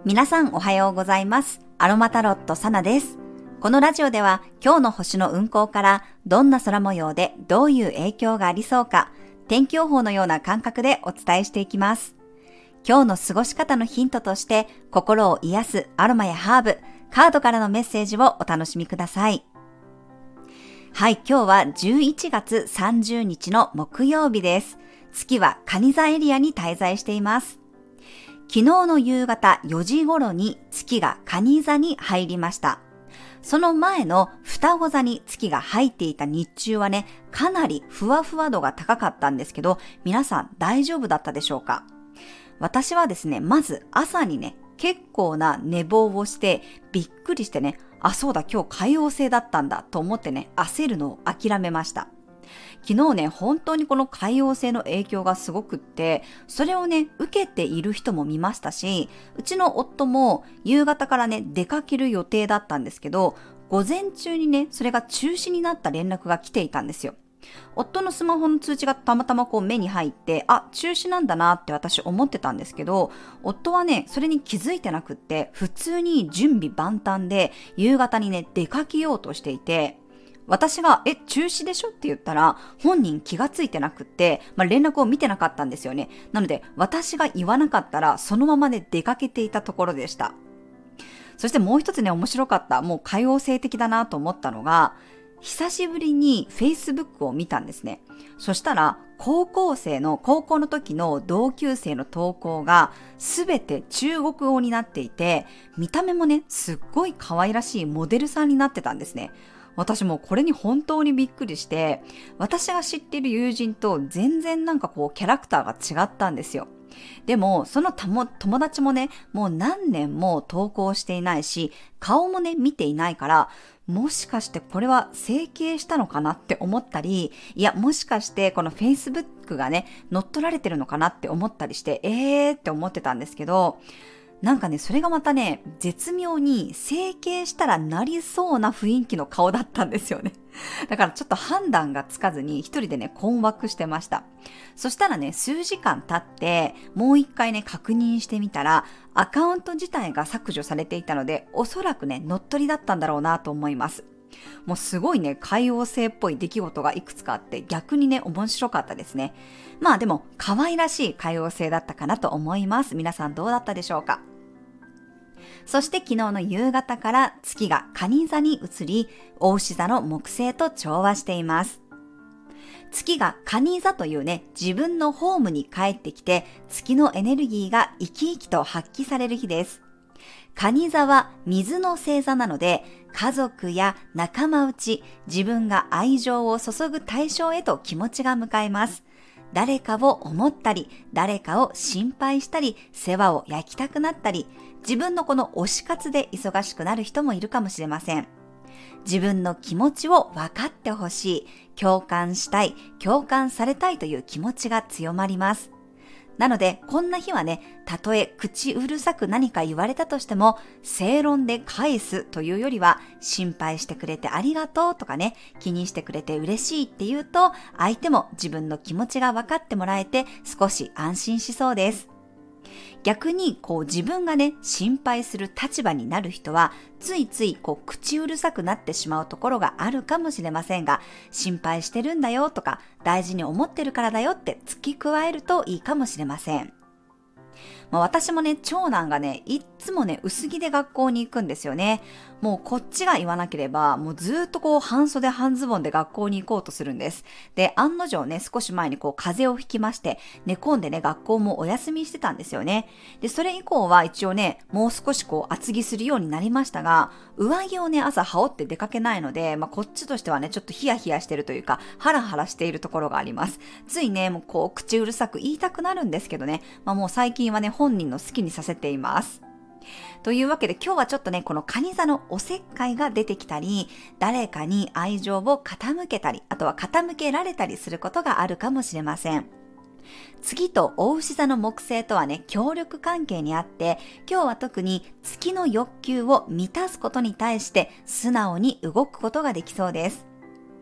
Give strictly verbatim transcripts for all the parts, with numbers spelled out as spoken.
皆さんおはようございます。アロマタロットサナです。このラジオでは今日の星の運行からどんな空模様でどういう影響がありそうか、天気予報のような感覚でお伝えしていきます。今日の過ごし方のヒントとして心を癒すアロマやハーブ、カードからのメッセージをお楽しみください。はい、今日はじゅういちがつさんじゅうにちの木曜日です。月は蟹座エリアに滞在しています。昨日の夕方よじ頃に月が蟹座に入りました。その前の双子座に月が入っていた日中はね、かなりふわふわ度が高かったんですけど、皆さん大丈夫だったでしょうか？私はですね、まず朝にね、結構な寝坊をしてびっくりしてね、あ、そうだ、今日海王星だったんだと思ってね、焦るのを諦めました。昨日ね、本当にこの海王星の影響がすごくって、それをね、受けている人も見ましたし、うちの夫も夕方からね、出かける予定だったんですけど、午前中にね、それが中止になった連絡が来ていたんですよ。夫のスマホの通知がたまたまこう目に入って、あ、中止なんだなって私思ってたんですけど、夫はね、それに気づいてなくって、普通に準備万端で夕方にね、出かけようとしていて、私が、え、中止でしょって言ったら、本人気がついてなくって、まあ、連絡を見てなかったんですよね。なので、私が言わなかったら、そのままね、出かけていたところでした。そしてもう一つね、面白かった、もう海王星的だなと思ったのが、久しぶりに Facebook を見たんですね。そしたら、高校生の、高校の時の同級生の投稿が、すべて中国語になっていて、見た目もね、すっごい可愛らしいモデルさんになってたんですね。私もこれに本当にびっくりして、私が知っている友人と全然なんかこうキャラクターが違ったんですよ。でもそのたも友達もね、もう何年も投稿していないし、顔もね見ていないから、もしかしてこれは整形したのかなって思ったり、いやもしかしてこの Facebook がね乗っ取られてるのかなって思ったりして、えーって思ってたんですけど、なんかね、それがまたね、絶妙に整形したらなりそうな雰囲気の顔だったんですよね。だからちょっと判断がつかずに一人でね、困惑してました。そしたらね、数時間経って、もう一回ね、確認してみたら、アカウント自体が削除されていたので、おそらくね、乗っ取りだったんだろうなと思います。もうすごいね、海王星っぽい出来事がいくつかあって、逆にね、面白かったですね。まあでも、可愛らしい海王星だったかなと思います。皆さんどうだったでしょうか？そして昨日の夕方から月が蟹座に移り、牡牛座の木星と調和しています。月が蟹座というね、自分のホームに帰ってきて、月のエネルギーが生き生きと発揮される日です。蟹座は水の星座なので、家族や仲間内、自分が愛情を注ぐ対象へと気持ちが向かいます。誰かを思ったり、誰かを心配したり、世話を焼きたくなったり、自分のこの推し活で忙しくなる人もいるかもしれません。自分の気持ちを分かってほしい、共感したい、共感されたいという気持ちが強まります。なので、こんな日はね、たとえ口うるさく何か言われたとしても、正論で返すというよりは、心配してくれてありがとうとかね、気にしてくれて嬉しいって言うと、相手も自分の気持ちが分かってもらえて、少し安心しそうです。逆にこう自分がね、心配する立場になる人は、ついついこう口うるさくなってしまうところがあるかもしれませんが、心配してるんだよとか、大事に思ってるからだよって付け加えるといいかもしれません。まあ、私もね、長男がね、いっつもね、薄着で学校に行くんですよね。もうこっちが言わなければ、もうずっとこう半袖半ズボンで学校に行こうとするんです。で、案の定ね、少し前にこう風邪をひきまして、寝込んでね、学校もお休みしてたんですよね。で、それ以降は一応ね、もう少しこう厚着するようになりましたが、上着をね、朝羽織って出かけないので、まあ、こっちとしてはね、ちょっとヒヤヒヤしてるというか、ハラハラしているところがあります。ついね、もうこう口うるさく言いたくなるんですけどね、まあ、もう最近はね、本人の好きにさせています。というわけで今日はちょっとね、この蟹座のおせっかいが出てきたり、誰かに愛情を傾けたり、あとは傾けられたりすることがあるかもしれません。月と牡牛座の木星とはね、協力関係にあって、今日は特に月の欲求を満たすことに対して素直に動くことができそうです。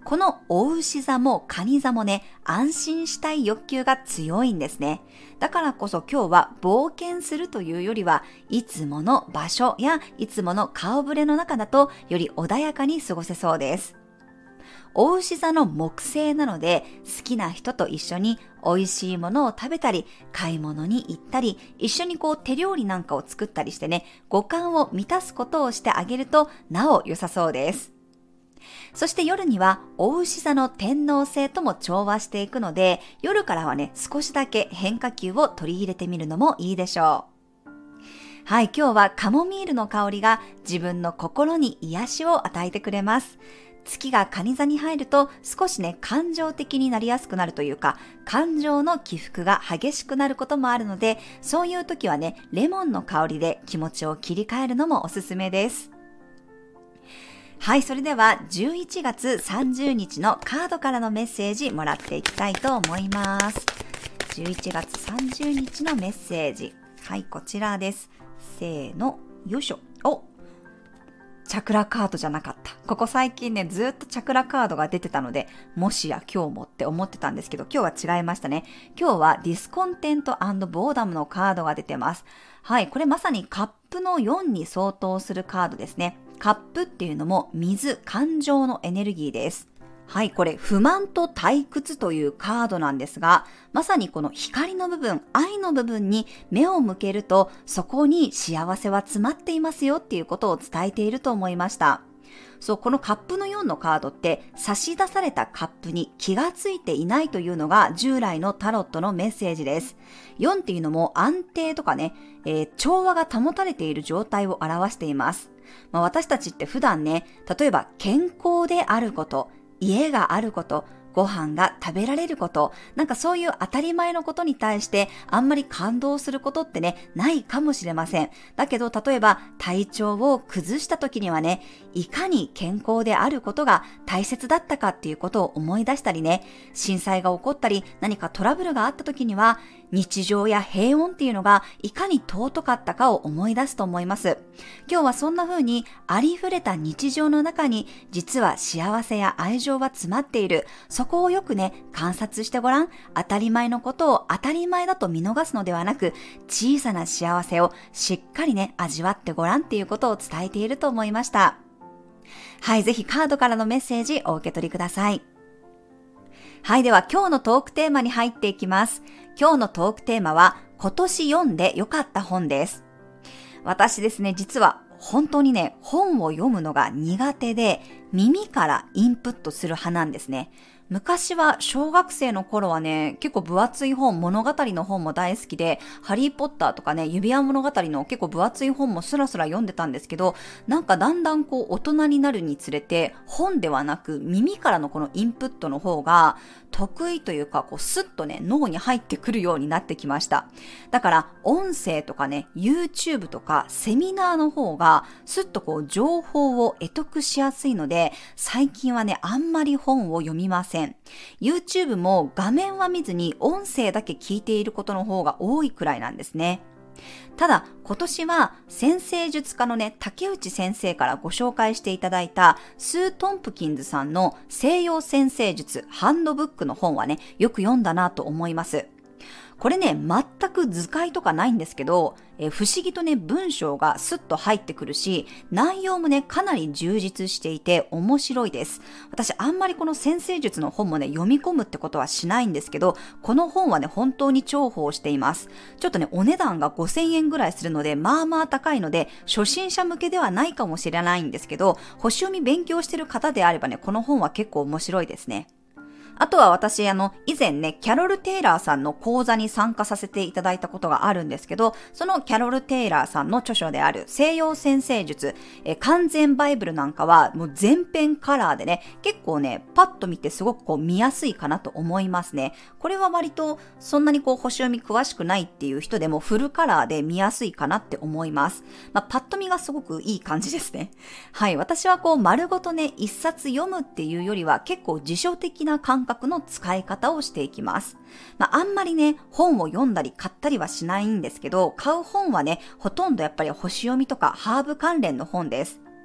このお牛座も蟹座もね、安心したい欲求が強いんですね。だからこそ今日は冒険するというよりは、いつもの場所やいつもの顔ぶれの中だとより穏やかに過ごせそうです。お牛座の木星なので、好きな人と一緒に美味しいものを食べたり、買い物に行ったり、一緒にこう手料理なんかを作ったりしてね、五感を満たすことをしてあげるとなお良さそうです。そして夜にはお牛座の天王星とも調和していくので、夜からはね、少しだけ変化球を取り入れてみるのもいいでしょう。はい、今日はカモミールの香りが自分の心に癒しを与えてくれます。月が蟹座に入ると少しね、感情的になりやすくなるというか、感情の起伏が激しくなることもあるので、そういう時はね、レモンの香りで気持ちを切り替えるのもおすすめです。はい、それではじゅういちがつさんじゅうにちのカードからのメッセージもらっていきたいと思います。じゅういちがつさんじゅうにちのメッセージ。はい、こちらです。せーの、よいしょ。おチャクラカードじゃなかった。ここ最近ね、ずっとチャクラカードが出てたので、もしや今日もって思ってたんですけど、今日は違いましたね。今日はディスコンテント&ボーダムのカードが出てます。はい、これまさにカップのよんに相当するカードですね。カップっていうのも水、感情のエネルギーです。はい、これ不満と退屈というカードなんですが、まさにこの光の部分、愛の部分に目を向けると、そこに幸せは詰まっていますよっていうことを伝えていると思いました。そう、このカップのよんのカードって差し出されたカップに気がついていないというのが従来のタロットのメッセージです。よんっていうのも安定とかね、えー、調和が保たれている状態を表しています。まあ、私たちって普段ね、例えば健康であること、家があること、ご飯が食べられること、なんかそういう当たり前のことに対してあんまり感動することってね、ないかもしれません。だけど例えば体調を崩した時にはね、いかに健康であることが大切だったかっていうことを思い出したりね、震災が起こったり何かトラブルがあった時には、日常や平穏っていうのがいかに尊かったかを思い出すと思います。今日はそんな風にありふれた日常の中に実は幸せや愛情は詰まっている。そこをよくね、観察してごらん。当たり前のことを当たり前だと見逃すのではなく、小さな幸せをしっかりね、味わってごらんっていうことを伝えていると思いました。はい、ぜひカードからのメッセージお受け取りください。はい、では今日のトークテーマに入っていきます。今日のトークテーマは、今年読んで良かった本です。私ですね、実は本当にね、本を読むのが苦手で、耳からインプットする派なんですね。昔は小学生の頃はね、結構分厚い本、物語の本も大好きで、ハリーポッターとかね、指輪物語の結構分厚い本もスラスラ読んでたんですけど、なんかだんだんこう大人になるにつれて、本ではなく耳からのこのインプットの方が得意というか、こうスッとね、脳に入ってくるようになってきました。だから音声とかね、YouTube とかセミナーの方がスッとこう情報を得得しやすいので、最近はね、あんまり本を読みません。YouTube も画面は見ずに音声だけ聞いていることの方が多いくらいなんですね。ただ今年は占星術家のね、竹内先生からご紹介していただいたスー・トンプキンズさんの西洋占星術ハンドブックの本はね、よく読んだなと思います。これね、全く図解とかないんですけど、え不思議とね、文章がスッと入ってくるし、内容もね、かなり充実していて面白いです。私、あんまりこの占星術の本もね、読み込むってことはしないんですけど、この本はね、本当に重宝しています。ちょっとね、お値段がごせんえんぐらいするので、まあまあ高いので、初心者向けではないかもしれないんですけど、星読み勉強してる方であればね、この本は結構面白いですね。あとは私、あの、以前ね、キャロル・テイラーさんの講座に参加させていただいたことがあるんですけど、そのキャロル・テイラーさんの著書である西洋占星術、え完全バイブルなんかはもう全編カラーでね、結構ね、パッと見てすごくこう見やすいかなと思いますね。これは割とそんなにこう星読み詳しくないっていう人でもフルカラーで見やすいかなって思います。まあ、パッと見がすごくいい感じですね。はい、私はこう丸ごとね、一冊読むっていうよりは結構辞書的な感覚の使い方をしていきます。まあ、あんまりね、本を読んだり買ったりはしないんですけど、買う本はね、ほとんどやっぱり星読みとかハーブ関連の本です。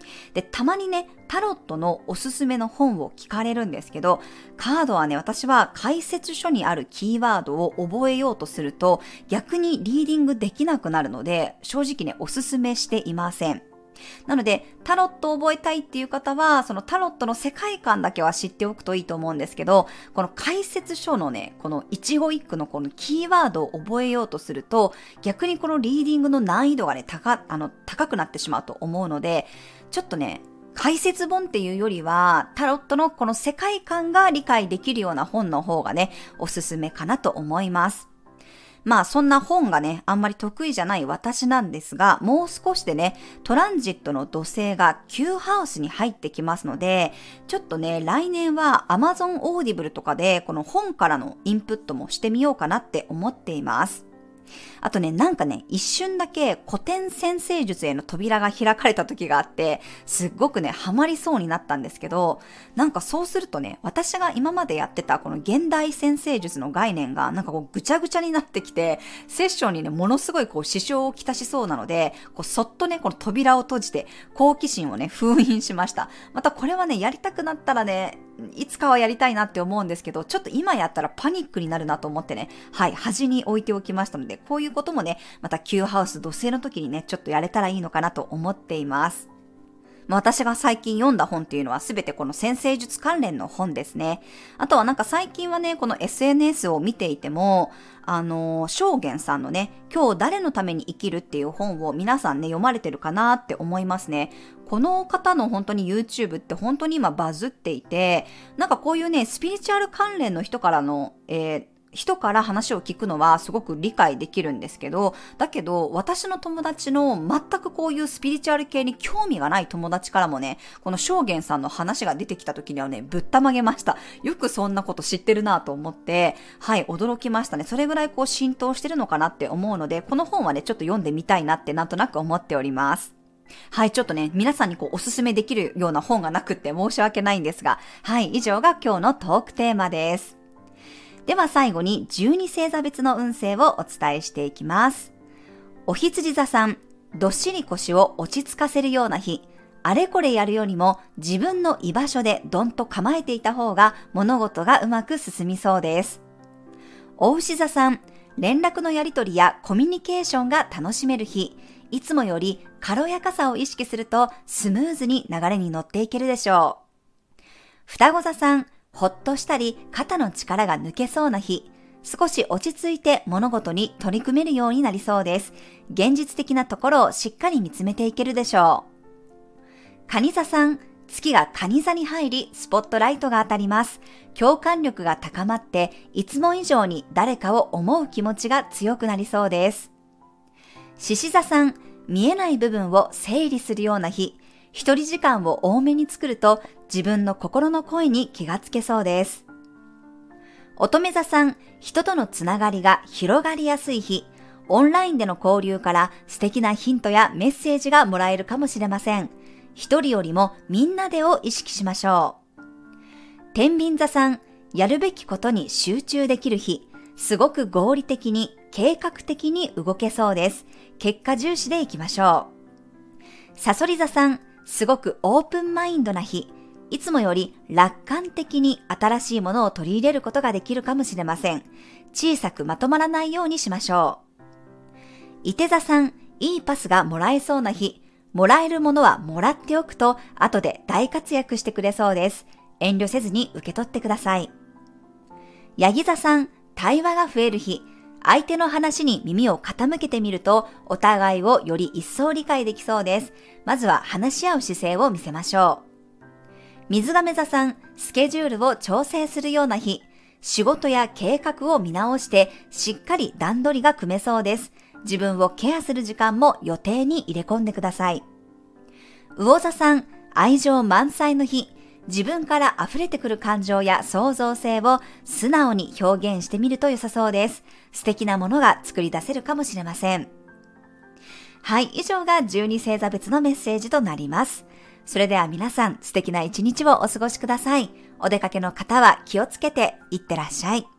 で、たまにね、タロットのおすすめの本を聞かれるんですけど、カードはね、私は解説書にあるキーワードを覚えようとすると、逆にリーディングできなくなるので、正直ね、おすすめしていません。なので、タロットを覚えたいっていう方は、そのタロットの世界観だけは知っておくといいと思うんですけど、この解説書のね、この一語一句のこのキーワードを覚えようとすると、逆にこのリーディングの難易度がね、高、あの、高くなってしまうと思うので、ちょっとね、解説本っていうよりは、タロットのこの世界観が理解できるような本の方がね、おすすめかなと思います。まあそんな本がね、あんまり得意じゃない私なんですが、もう少しでね、トランジットの土星がきゅうハウスに入ってきますので、ちょっとね、来年は Amazon Audible とかでこの本からのインプットもしてみようかなって思っています。あとね、なんかね、一瞬だけ古典占星術への扉が開かれた時があって、すっごくね、ハマりそうになったんですけど、なんかそうするとね、私が今までやってたこの現代占星術の概念がなんかこうぐちゃぐちゃになってきて、セッションにね、ものすごいこう支障をきたしそうなので、こうそっとね、この扉を閉じて好奇心をね、封印しました。またこれはね、やりたくなったらね、いつかはやりたいなって思うんですけど、ちょっと今やったらパニックになるなと思ってね、はい、端に置いておきましたので、こういうこともね、またきゅうハウス土星の時にね、ちょっとやれたらいいのかなと思っています。私が最近読んだ本っていうのはすべてこの占星術関連の本ですね。あとはなんか最近はね、この エスエヌエス を見ていても、あのー、正元さんのね、今日誰のために生きるっていう本を皆さんね、読まれてるかなって思いますね。この方の本当に YouTube って本当に今バズっていて、なんかこういうね、スピリチュアル関連の人からの、えー人から話を聞くのはすごく理解できるんですけど、だけど私の友達の全くこういうスピリチュアル系に興味がない友達からもね、この正元さんの話が出てきた時にはね、ぶったまげました。よくそんなこと知ってるなと思って、はい、驚きましたね。それぐらいこう浸透してるのかなって思うので、この本はね、ちょっと読んでみたいなってなんとなく思っております。はい、ちょっとね、皆さんにこうおすすめできるような本がなくって申し訳ないんですが、はい、以上が今日のトークテーマです。では最後にじゅうに星座別の運勢をお伝えしていきます。お羊座さん、どっしり腰を落ち着かせるような日、あれこれやるよりも自分の居場所でどんと構えていた方が物事がうまく進みそうです。お牛座さん、連絡のやり取りやコミュニケーションが楽しめる日、いつもより軽やかさを意識するとスムーズに流れに乗っていけるでしょう。双子座さん、ほっとしたり肩の力が抜けそうな日、少し落ち着いて物事に取り組めるようになりそうです。現実的なところをしっかり見つめていけるでしょう。蟹座さん、月が蟹座に入りスポットライトが当たります。共感力が高まっていつも以上に誰かを思う気持ちが強くなりそうです。獅子座さん、見えない部分を整理するような日、一人時間を多めに作ると自分の心の声に気がつけそうです。乙女座さん、人とのつながりが広がりやすい日、オンラインでの交流から素敵なヒントやメッセージがもらえるかもしれません。一人よりもみんなでを意識しましょう。天秤座さん、やるべきことに集中できる日、すごく合理的に計画的に動けそうです。結果重視でいきましょう。さそり座さん、すごくオープンマインドな日、いつもより楽観的に新しいものを取り入れることができるかもしれません。小さくまとまらないようにしましょう。いて座さん、いいパスがもらえそうな日、もらえるものはもらっておくと後で大活躍してくれそうです。遠慮せずに受け取ってください。ヤギ座さん、対話が増える日、相手の話に耳を傾けてみるとお互いをより一層理解できそうです。まずは話し合う姿勢を見せましょう。水亀座さん、スケジュールを調整するような日、仕事や計画を見直してしっかり段取りが組めそうです。自分をケアする時間も予定に入れ込んでください。魚座さん、愛情満載の日、自分から溢れてくる感情や創造性を素直に表現してみると良さそうです。素敵なものが作り出せるかもしれません。はい、以上がじゅうに星座別のメッセージとなります。それでは皆さん、素敵な一日をお過ごしください。お出かけの方は気をつけていってらっしゃい。